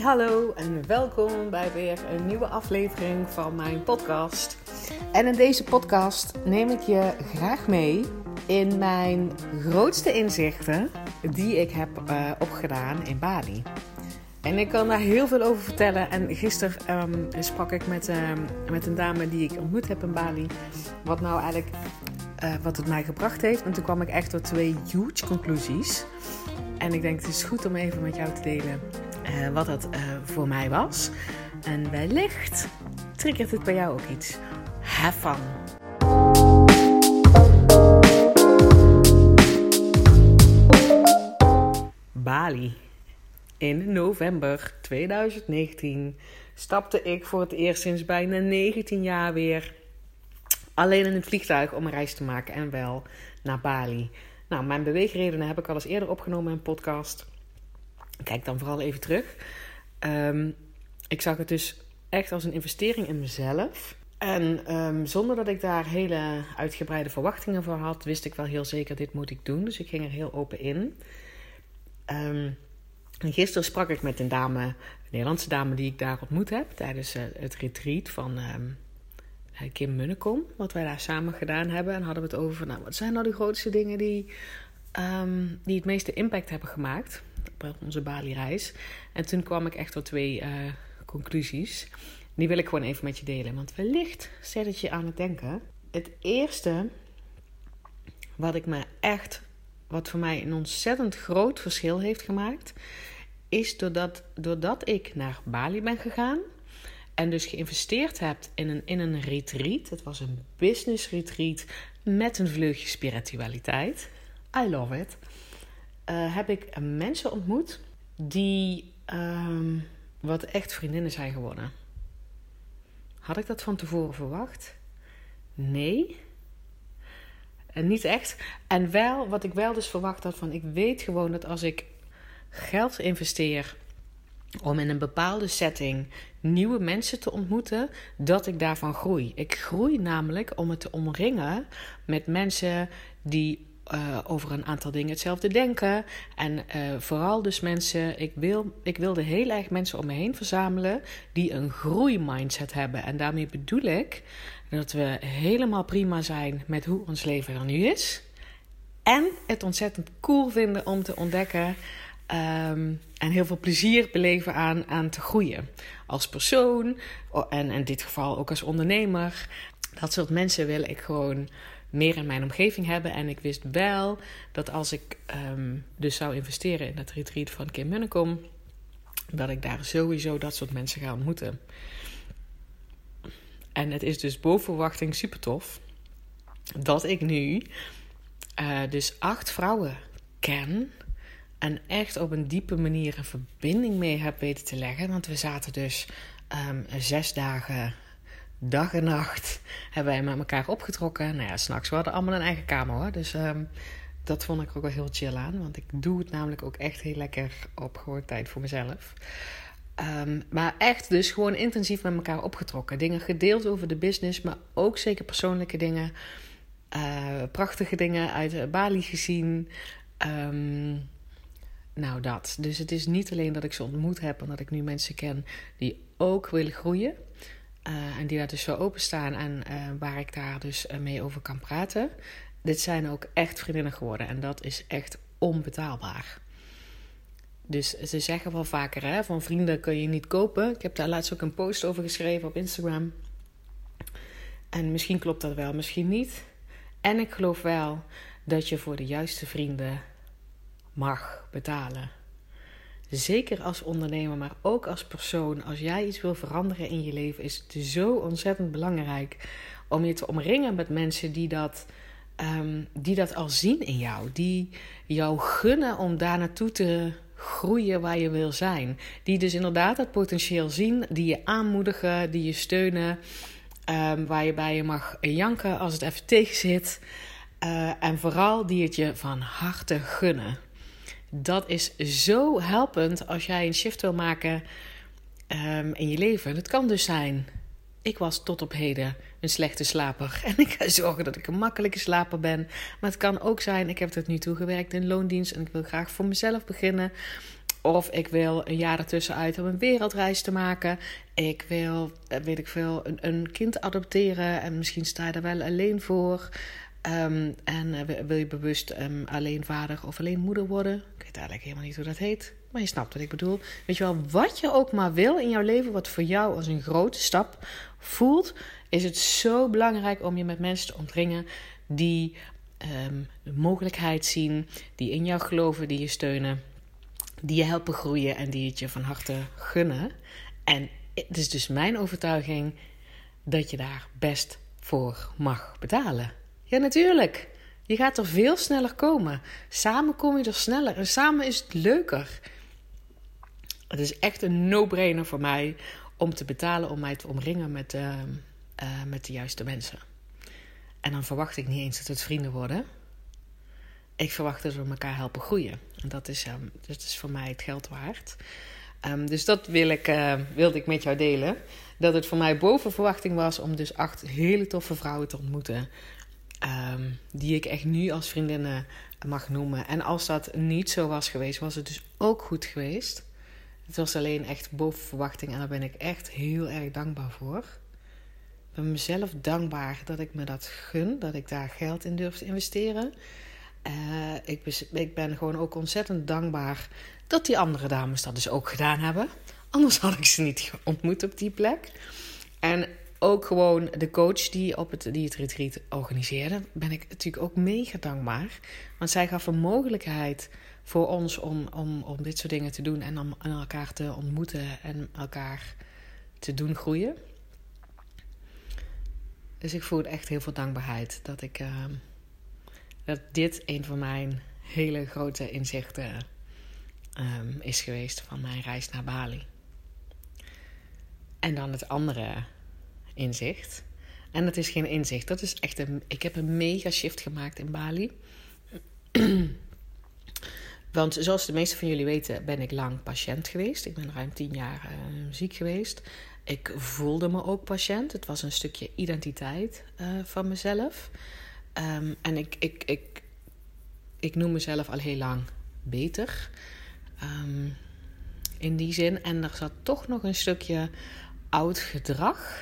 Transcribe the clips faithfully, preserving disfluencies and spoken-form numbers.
Hallo en welkom bij weer een nieuwe aflevering van mijn podcast. En in deze podcast neem ik je graag mee in mijn grootste inzichten die ik heb uh, opgedaan in Bali. En ik kan daar heel veel over vertellen. En gisteren um, sprak ik met, uh, met een dame die ik ontmoet heb in Bali. Wat nou eigenlijk, uh, wat het mij gebracht heeft. En toen kwam ik echt tot twee huge conclusies. En ik denk het is goed om even met jou te delen uh, wat dat uh, voor mij was. En wellicht triggert het bij jou ook iets. Have fun! Bali. In november tweeduizend negentien stapte ik voor het eerst sinds bijna negentien jaar weer alleen in het vliegtuig om een reis te maken en wel naar Bali. Nou, mijn beweegredenen heb ik al eens eerder opgenomen in een podcast. Kijk dan vooral even terug. Um, ik zag het dus echt als een investering in mezelf. En um, zonder dat ik daar hele uitgebreide verwachtingen voor had, wist ik wel heel zeker, dit moet ik doen. Dus ik ging er heel open in. Um, en gisteren sprak ik met een dame, een Nederlandse dame die ik daar ontmoet heb tijdens uh, het retreat van um, Kim Munnekom, wat wij daar samen gedaan hebben. En hadden we het over, nou, wat zijn nou de grootste dingen die, um, die het meeste impact hebben gemaakt op onze Bali-reis. En toen kwam ik echt tot twee uh, conclusies. Die wil ik gewoon even met je delen, want wellicht zet het je aan het denken. Het eerste, wat ik me echt, wat voor mij een ontzettend groot verschil heeft gemaakt, is doordat, doordat ik naar Bali ben gegaan en dus geïnvesteerd heb in een, in een retreat. Het was een business retreat met een vleugje spiritualiteit. I love it. Uh, heb ik mensen ontmoet die um, wat echt vriendinnen zijn geworden. Had ik dat van tevoren verwacht? Nee. En niet echt. En wel, wat ik wel dus verwacht had van, ik weet gewoon dat als ik geld investeer om in een bepaalde setting nieuwe mensen te ontmoeten, dat ik daarvan groei. Ik groei namelijk om het te omringen met mensen die uh, over een aantal dingen hetzelfde denken. En uh, vooral dus mensen, ik, wil, ik wilde heel erg mensen om me heen verzamelen die een groeimindset hebben. En daarmee bedoel ik dat we helemaal prima zijn met hoe ons leven er nu is. En het ontzettend cool vinden om te ontdekken Um, en heel veel plezier beleven aan, aan te groeien. Als persoon en in dit geval ook als ondernemer. Dat soort mensen wil ik gewoon meer in mijn omgeving hebben. En ik wist wel dat als ik um, dus zou investeren in het retreat van Kim Munnekom, dat ik daar sowieso dat soort mensen ga ontmoeten. En het is dus boven verwachting super tof dat ik nu uh, dus acht vrouwen ken en echt op een diepe manier een verbinding mee heb weten te leggen. Want we zaten dus um, zes dagen, dag en nacht, hebben wij met elkaar opgetrokken. Nou ja, s'nachts, we hadden allemaal een eigen kamer hoor. Dus um, dat vond ik ook wel heel chill aan. Want ik doe het namelijk ook echt heel lekker op gewoon tijd voor mezelf. Um, maar echt dus gewoon intensief met elkaar opgetrokken. Dingen gedeeld over de business, maar ook zeker persoonlijke dingen. Uh, prachtige dingen uit Bali gezien. Um, Nou dat. Dus het is niet alleen dat ik ze ontmoet heb en dat ik nu mensen ken die ook willen groeien. Uh, en die daar dus zo openstaan en uh, waar ik daar dus uh, mee over kan praten. Dit zijn ook echt vriendinnen geworden en dat is echt onbetaalbaar. Dus ze zeggen wel vaker, hè, van vrienden kun je niet kopen. Ik heb daar laatst ook een post over geschreven op Instagram. En misschien klopt dat wel, misschien niet. En ik geloof wel dat je voor de juiste vrienden mag betalen. Zeker als ondernemer, maar ook als persoon. Als jij iets wil veranderen in je leven, is het zo ontzettend belangrijk om je te omringen met mensen die dat, um, die dat al zien in jou. Die jou gunnen om daar naartoe te groeien waar je wil zijn. Die dus inderdaad het potentieel zien, die je aanmoedigen, die je steunen. Um, waar je bij je mag janken als het even tegen zit. Uh, en vooral die het je van harte gunnen. Dat is zo helpend als jij een shift wil maken um, in je leven. Het kan dus zijn, ik was tot op heden een slechte slaper. En ik ga zorgen dat ik een makkelijke slaper ben. Maar het kan ook zijn, ik heb tot nu toe gewerkt in loondienst en ik wil graag voor mezelf beginnen. Of ik wil een jaar ertussenuit om een wereldreis te maken. Ik wil, weet ik veel, een, een kind adopteren. En misschien sta je er wel alleen voor. Um, en uh, wil je bewust um, alleen vader of alleen moeder worden. Ik weet eigenlijk helemaal niet hoe dat heet. Maar je snapt wat ik bedoel. Weet je wel, wat je ook maar wil in jouw leven, wat voor jou als een grote stap voelt, is het zo belangrijk om je met mensen te omringen die um, de mogelijkheid zien, die in jou geloven, die je steunen, die je helpen groeien en die het je van harte gunnen. En het is dus mijn overtuiging dat je daar best voor mag betalen. Ja, natuurlijk. Je gaat er veel sneller komen. Samen kom je er sneller. En samen is het leuker. Het is echt een no-brainer voor mij om te betalen om mij te omringen met, uh, uh, met de juiste mensen. En dan verwacht ik niet eens dat het vrienden worden. Ik verwacht dat we elkaar helpen groeien. En dat is, um, dat is voor mij het geld waard. Um, dus dat wil ik, uh, wilde ik met jou delen. Dat het voor mij boven verwachting was om dus acht hele toffe vrouwen te ontmoeten. Um, die ik echt nu als vriendinnen mag noemen. En als dat niet zo was geweest, was het dus ook goed geweest. Het was alleen echt boven verwachting. En daar ben ik echt heel erg dankbaar voor. Ik ben mezelf dankbaar dat ik me dat gun. Dat ik daar geld in durf te investeren. Uh, ik, ben, ik ben gewoon ook ontzettend dankbaar dat die andere dames dat dus ook gedaan hebben. Anders had ik ze niet ontmoet op die plek. En ook gewoon de coach die, op het, die het retreat organiseerde, ben ik natuurlijk ook mega dankbaar. Want zij gaf een mogelijkheid voor ons om, om, om dit soort dingen te doen en om elkaar te ontmoeten en elkaar te doen groeien. Dus ik voel echt heel veel dankbaarheid dat ik uh, dat dit een van mijn hele grote inzichten um, is geweest van mijn reis naar Bali. En dan het andere inzicht. En dat is geen inzicht. Dat is echt een. Ik heb een mega shift gemaakt in Bali. Want zoals de meeste van jullie weten, ben ik lang patiënt geweest. Ik ben ruim tien jaar uh, ziek geweest. Ik voelde me ook patiënt. Het was een stukje identiteit uh, van mezelf. Um, en ik, ik, ik, ik noem mezelf al heel lang beter. Um, in die zin. En er zat toch nog een stukje oud gedrag.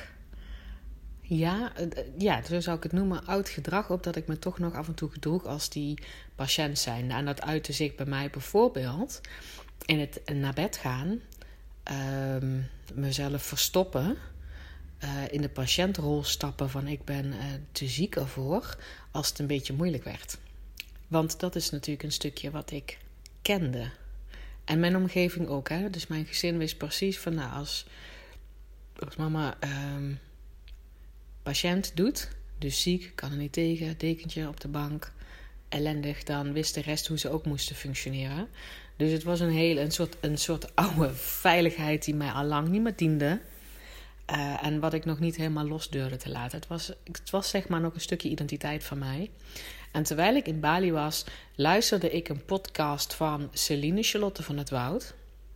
Ja, ja, zo zou ik het noemen. Oud gedrag op dat ik me toch nog af en toe gedroeg als die patiënt zijn. En dat uitte zich bij mij bijvoorbeeld in het naar bed gaan. Um, mezelf verstoppen. Uh, in de patiëntrol stappen van ik ben uh, te ziek ervoor. Als het een beetje moeilijk werd. Want dat is natuurlijk een stukje wat ik kende. En mijn omgeving ook. Hè? Dus mijn gezin wist precies van nou als, als mama um, patiënt doet. Dus ziek, kan er niet tegen, dekentje op de bank. Ellendig, dan wist de rest hoe ze ook moesten functioneren. Dus het was een hele een soort, een soort oude veiligheid die mij al lang niet meer diende. Uh, en wat ik nog niet helemaal los durfde te laten. Het was, het was zeg maar nog een stukje identiteit van mij. En terwijl ik in Bali was, luisterde ik een podcast van Celine Charlotte van het Woud.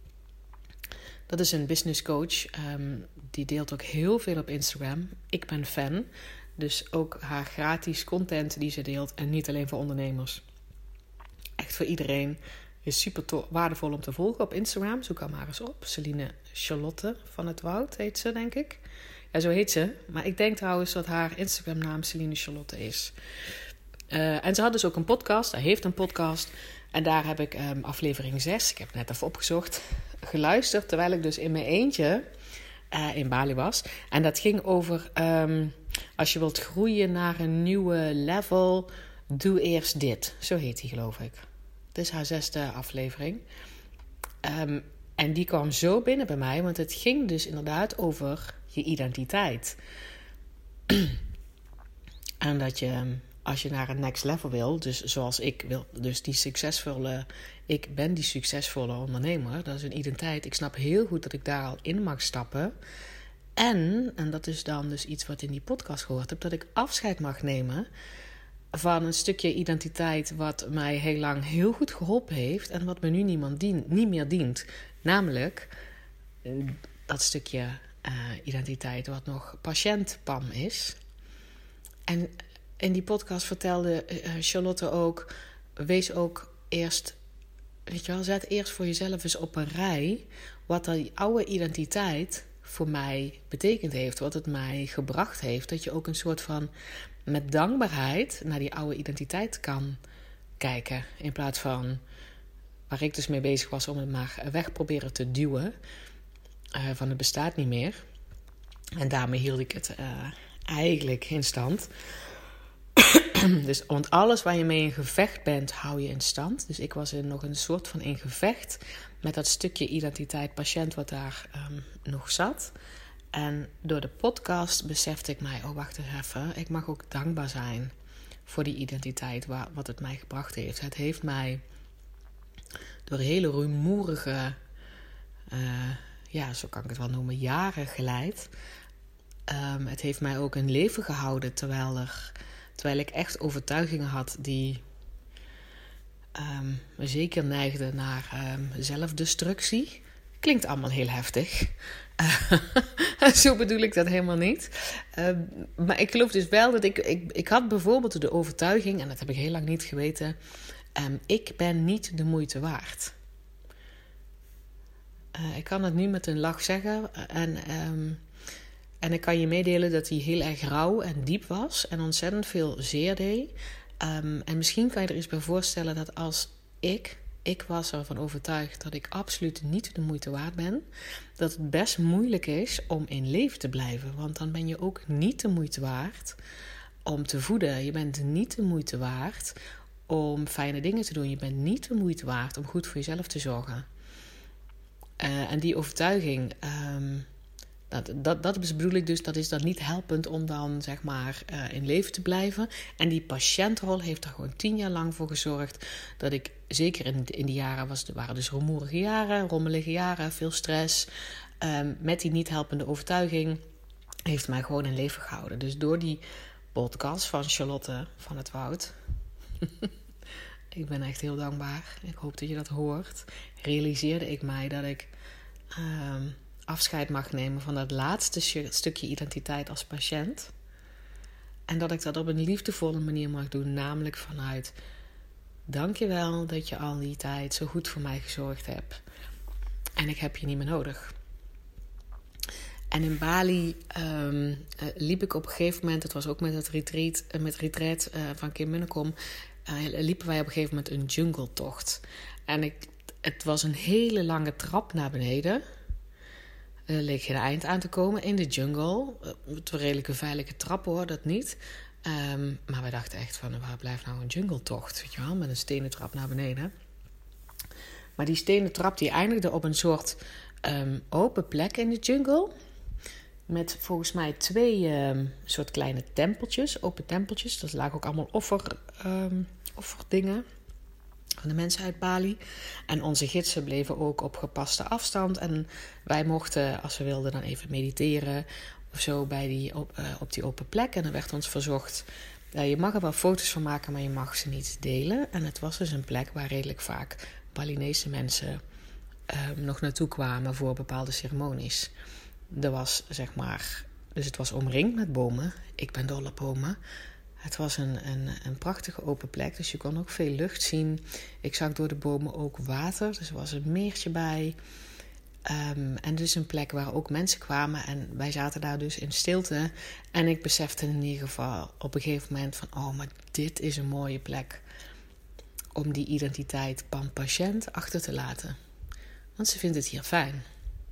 Dat is een business coach. Um, die deelt ook heel veel op Instagram. Ik ben fan. Dus ook haar gratis content die ze deelt. En niet alleen voor ondernemers. Echt voor iedereen. Is super to- waardevol om te volgen op Instagram. Zoek haar maar eens op. Celine Charlotte van het Woud heet ze, denk ik. Ja, zo heet ze. Maar ik denk trouwens dat haar Instagram naam Celine Charlotte is. Uh, en ze had dus ook een podcast. Hij heeft een podcast. En daar heb ik um, aflevering zes, ik heb het net even opgezocht, geluisterd. Terwijl ik dus in mijn eentje uh, in Bali was. En dat ging over um, als je wilt groeien naar een nieuwe level, doe eerst dit. Zo heet die, geloof ik. Het is haar zesde aflevering. Um, en die kwam zo binnen bij mij, want het ging dus inderdaad over je identiteit. En dat je, als je naar een next level wil, dus zoals ik wil, dus die succesvolle, ik ben die succesvolle ondernemer, dat is een identiteit. Ik snap heel goed dat ik daar al in mag stappen. En, en dat is dan dus iets wat in die podcast gehoord heb, dat ik afscheid mag nemen van een stukje identiteit wat mij heel lang heel goed geholpen heeft en wat me nu niemand dient, niet meer dient. Namelijk dat stukje uh, identiteit wat nog patiëntpam is. En in die podcast vertelde uh, Charlotte ook, wees ook eerst weet je wel, zet eerst voor jezelf eens op een rij wat die oude identiteit voor mij betekend heeft, wat het mij gebracht heeft. Dat je ook een soort van met dankbaarheid naar die oude identiteit kan kijken. In plaats van waar ik dus mee bezig was om het maar weg proberen te duwen. Uh, van het bestaat niet meer. En daarmee hield ik het uh, eigenlijk in stand. Dus, want alles waar je mee in gevecht bent, hou je in stand. Dus ik was in nog een soort van in gevecht met dat stukje identiteit patiënt wat daar um, nog zat. En door de podcast besefte ik mij, oh wacht eens even, ik mag ook dankbaar zijn voor die identiteit, waar, wat het mij gebracht heeft. Het heeft mij door hele rumoerige, uh, ja, zo kan ik het wel noemen, jaren geleid. Um, het heeft mij ook een leven gehouden terwijl, er, terwijl ik echt overtuigingen had die um, zeker neigden naar um, zelfdestructie. Klinkt allemaal heel heftig. Uh, zo bedoel ik dat helemaal niet. Uh, maar ik geloof dus wel dat ik, ik... Ik had bijvoorbeeld de overtuiging, en dat heb ik heel lang niet geweten, Um, ik ben niet de moeite waard. Uh, ik kan het nu met een lach zeggen. En, um, en ik kan je meedelen dat hij heel erg rauw en diep was. En ontzettend veel zeer deed. Um, en misschien kan je er iets bij voorstellen dat als ik... Ik was ervan overtuigd dat ik absoluut niet de moeite waard ben. Dat het best moeilijk is om in leven te blijven. Want dan ben je ook niet de moeite waard om te voeden. Je bent niet de moeite waard om fijne dingen te doen. Je bent niet de moeite waard om goed voor jezelf te zorgen. Uh, en die overtuiging, um, dat, dat, dat bedoel ik dus, dat is dan niet helpend om dan zeg maar uh, in leven te blijven. En die patiëntrol heeft er gewoon tien jaar lang voor gezorgd dat ik, zeker in, in die jaren, was, waren dus rumoerige jaren, rommelige jaren, veel stress. Um, met die niet helpende overtuiging heeft mij gewoon in leven gehouden. Dus door die podcast van Charlotte van het Woud... Ik ben echt heel dankbaar. Ik hoop dat je dat hoort. Realiseerde ik mij dat ik uh, afscheid mag nemen van dat laatste stukje identiteit als patiënt. En dat ik dat op een liefdevolle manier mag doen. Namelijk vanuit, dankjewel dat je al die tijd zo goed voor mij gezorgd hebt. En ik heb je niet meer nodig. En in Bali um, uh, liep ik op een gegeven moment, het was ook met het retreat, uh, met retreat uh, van Kim Munnekom, Uh, liepen wij op een gegeven moment een jungletocht. En ik, het was een hele lange trap naar beneden. Er leek geen eind aan te komen in de jungle. Uh, het was een redelijk veilige trap hoor, dat niet. Um, maar wij dachten echt van, waar blijft nou een jungletocht? Weet je wel, met een stenen trap naar beneden. Maar die stenen trap die eindigde op een soort um, open plek in de jungle. Met volgens mij twee um, soort kleine tempeltjes, open tempeltjes. Dat lagen ook allemaal offer, um, offerdingen van de mensen uit Bali. En onze gidsen bleven ook op gepaste afstand. En wij mochten, als we wilden, dan even mediteren of zo bij die, op, uh, op die open plek. En dan werd ons verzocht, uh, je mag er wel foto's van maken, maar je mag ze niet delen. En het was dus een plek waar redelijk vaak Balinese mensen um, nog naartoe kwamen voor bepaalde ceremonies. Er was, zeg maar, dus het was omringd met bomen. Ik ben dol op bomen. Het was een, een, een prachtige open plek, dus je kon ook veel lucht zien. Ik zag door de bomen ook water, dus er was een meertje bij. Um, en dus een plek waar ook mensen kwamen en wij zaten daar dus in stilte. En ik besefte in ieder geval op een gegeven moment van, oh, maar dit is een mooie plek om die identiteit van patiënt achter te laten. Want ze vindt het hier fijn.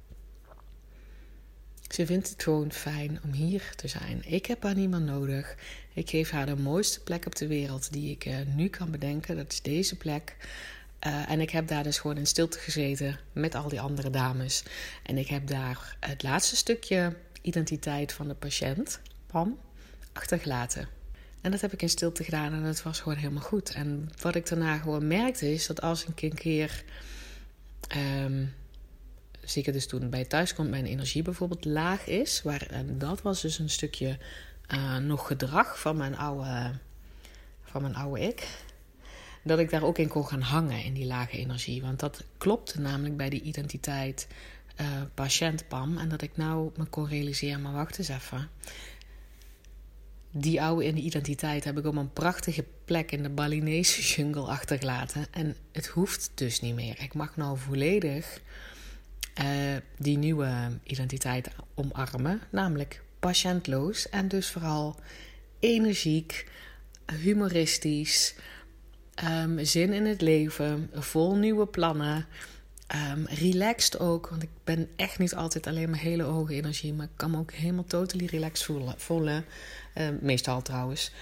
Ze vindt het gewoon fijn om hier te zijn. Ik heb haar niemand nodig. Ik geef haar de mooiste plek op de wereld die ik uh, nu kan bedenken. Dat is deze plek. Uh, en ik heb daar dus gewoon in stilte gezeten met al die andere dames. En ik heb daar het laatste stukje identiteit van de patiënt, Pam, achtergelaten. En dat heb ik in stilte gedaan en het was gewoon helemaal goed. En wat ik daarna gewoon merkte is dat als ik een keer... Um, Zeker dus toen bij thuis komt mijn energie bijvoorbeeld laag is. Waar, en dat was dus een stukje uh, nog gedrag van mijn, oude, van mijn oude ik. Dat ik daar ook in kon gaan hangen in die lage energie. Want dat klopte namelijk bij die identiteit uh, patiënt Pam. En dat ik nou me kon realiseren, maar wacht eens even. die oude identiteit heb ik op een prachtige plek in de Balinese jungle achtergelaten. En het hoeft dus niet meer. Ik mag nou volledig uh, die nieuwe identiteit omarmen. Namelijk patiëntloos en dus vooral energiek, humoristisch, um, zin in het leven, vol nieuwe plannen. Um, relaxed ook, want ik ben echt niet altijd alleen maar hele hoge energie, maar ik kan me ook helemaal totally relaxed voelen. voelen. Uh, meestal trouwens.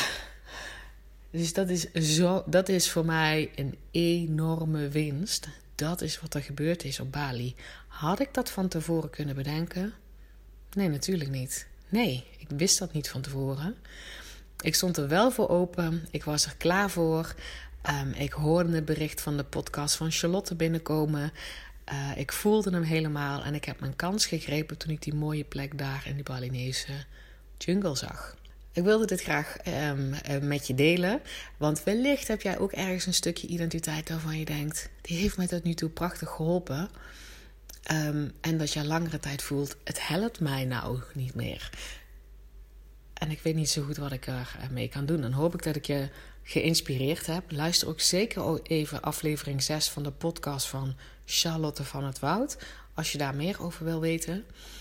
Dus dat is, zo, dat is voor mij een enorme winst. Dat is wat er gebeurd is op Bali. Had ik dat van tevoren kunnen bedenken? Nee, natuurlijk niet. Nee, ik wist dat niet van tevoren. Ik stond er wel voor open. Ik was er klaar voor. Um, ik hoorde het bericht van de podcast van Charlotte binnenkomen. Uh, ik voelde hem helemaal. En ik heb mijn kans gegrepen toen ik die mooie plek daar in die Balinese jungle zag. Ik wilde dit graag um, uh, met je delen. Want wellicht heb jij ook ergens een stukje identiteit waarvan je denkt, die heeft mij tot nu toe prachtig geholpen. Um, en dat je al langere tijd voelt, het helpt mij nou niet meer. En ik weet niet zo goed wat ik ermee kan doen. Dan hoop ik dat ik je geïnspireerd heb. Luister ook zeker even aflevering zes van de podcast van Charlotte van het Woud. Als je daar meer over wil weten.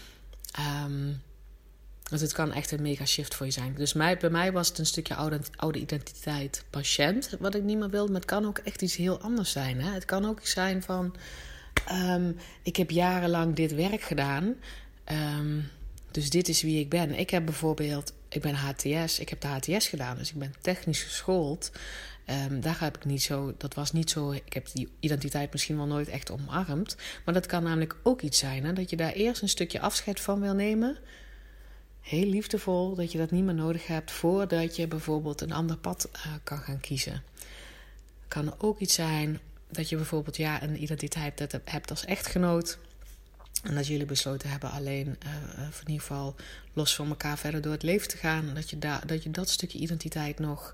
Um, want het kan echt een mega shift voor je zijn. Dus mij, bij mij was het een stukje oude, oude identiteit patiënt. Wat ik niet meer wil. Maar het kan ook echt iets heel anders zijn. Hè? Het kan ook zijn van, Um, ik heb jarenlang dit werk gedaan. Um, dus dit is wie ik ben. Ik heb bijvoorbeeld, ik ben H T S. Ik heb de H T S gedaan. Dus ik ben technisch geschoold. Um, daar heb ik niet zo, dat was niet zo, ik heb die identiteit misschien wel nooit echt omarmd. Maar dat kan namelijk ook iets zijn. Hè? Dat je daar eerst een stukje afscheid van wil nemen. Heel liefdevol. Dat je dat niet meer nodig hebt voordat je bijvoorbeeld een ander pad uh, kan gaan kiezen. Kan ook iets zijn dat je bijvoorbeeld ja, een identiteit hebt als echtgenoot. En dat jullie besloten hebben alleen uh, in ieder geval los van elkaar verder door het leven te gaan. Dat je, da- dat, je dat stukje identiteit nog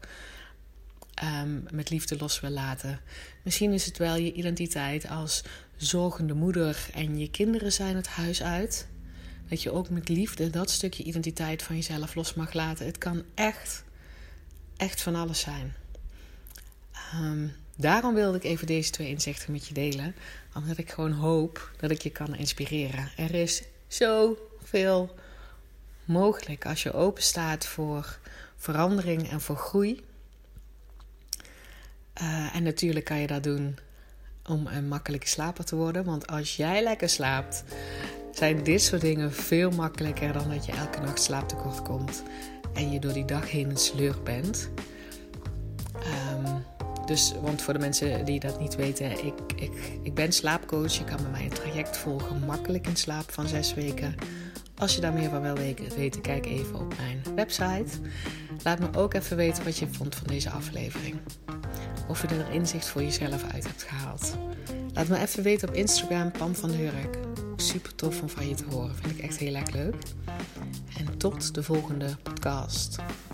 um, met liefde los wil laten. Misschien is het wel je identiteit als zorgende moeder en je kinderen zijn het huis uit. Dat je ook met liefde dat stukje identiteit van jezelf los mag laten. Het kan echt, echt van alles zijn. Um, Daarom wilde ik even deze twee inzichten met je delen. Omdat ik gewoon hoop dat ik je kan inspireren. Er is zoveel mogelijk als je open staat voor verandering en voor groei. Uh, en natuurlijk kan je dat doen om een makkelijke slaper te worden. Want als jij lekker slaapt, zijn dit soort dingen veel makkelijker dan dat je elke nacht slaaptekort komt. En je door die dag heen een sleur bent. Um, Dus, want voor de mensen die dat niet weten, ik, ik, ik ben slaapcoach. Je kan bij mij een traject volgen, makkelijk in slaap van zes weken. Als je daar meer van wil weten, kijk even op mijn website. Laat me ook even weten wat je vond van deze aflevering. Of je er inzicht voor jezelf uit hebt gehaald. Laat me even weten op Instagram, Pam van de Hurk. Super tof om van je te horen, vind ik echt heel erg leuk. En tot de volgende podcast.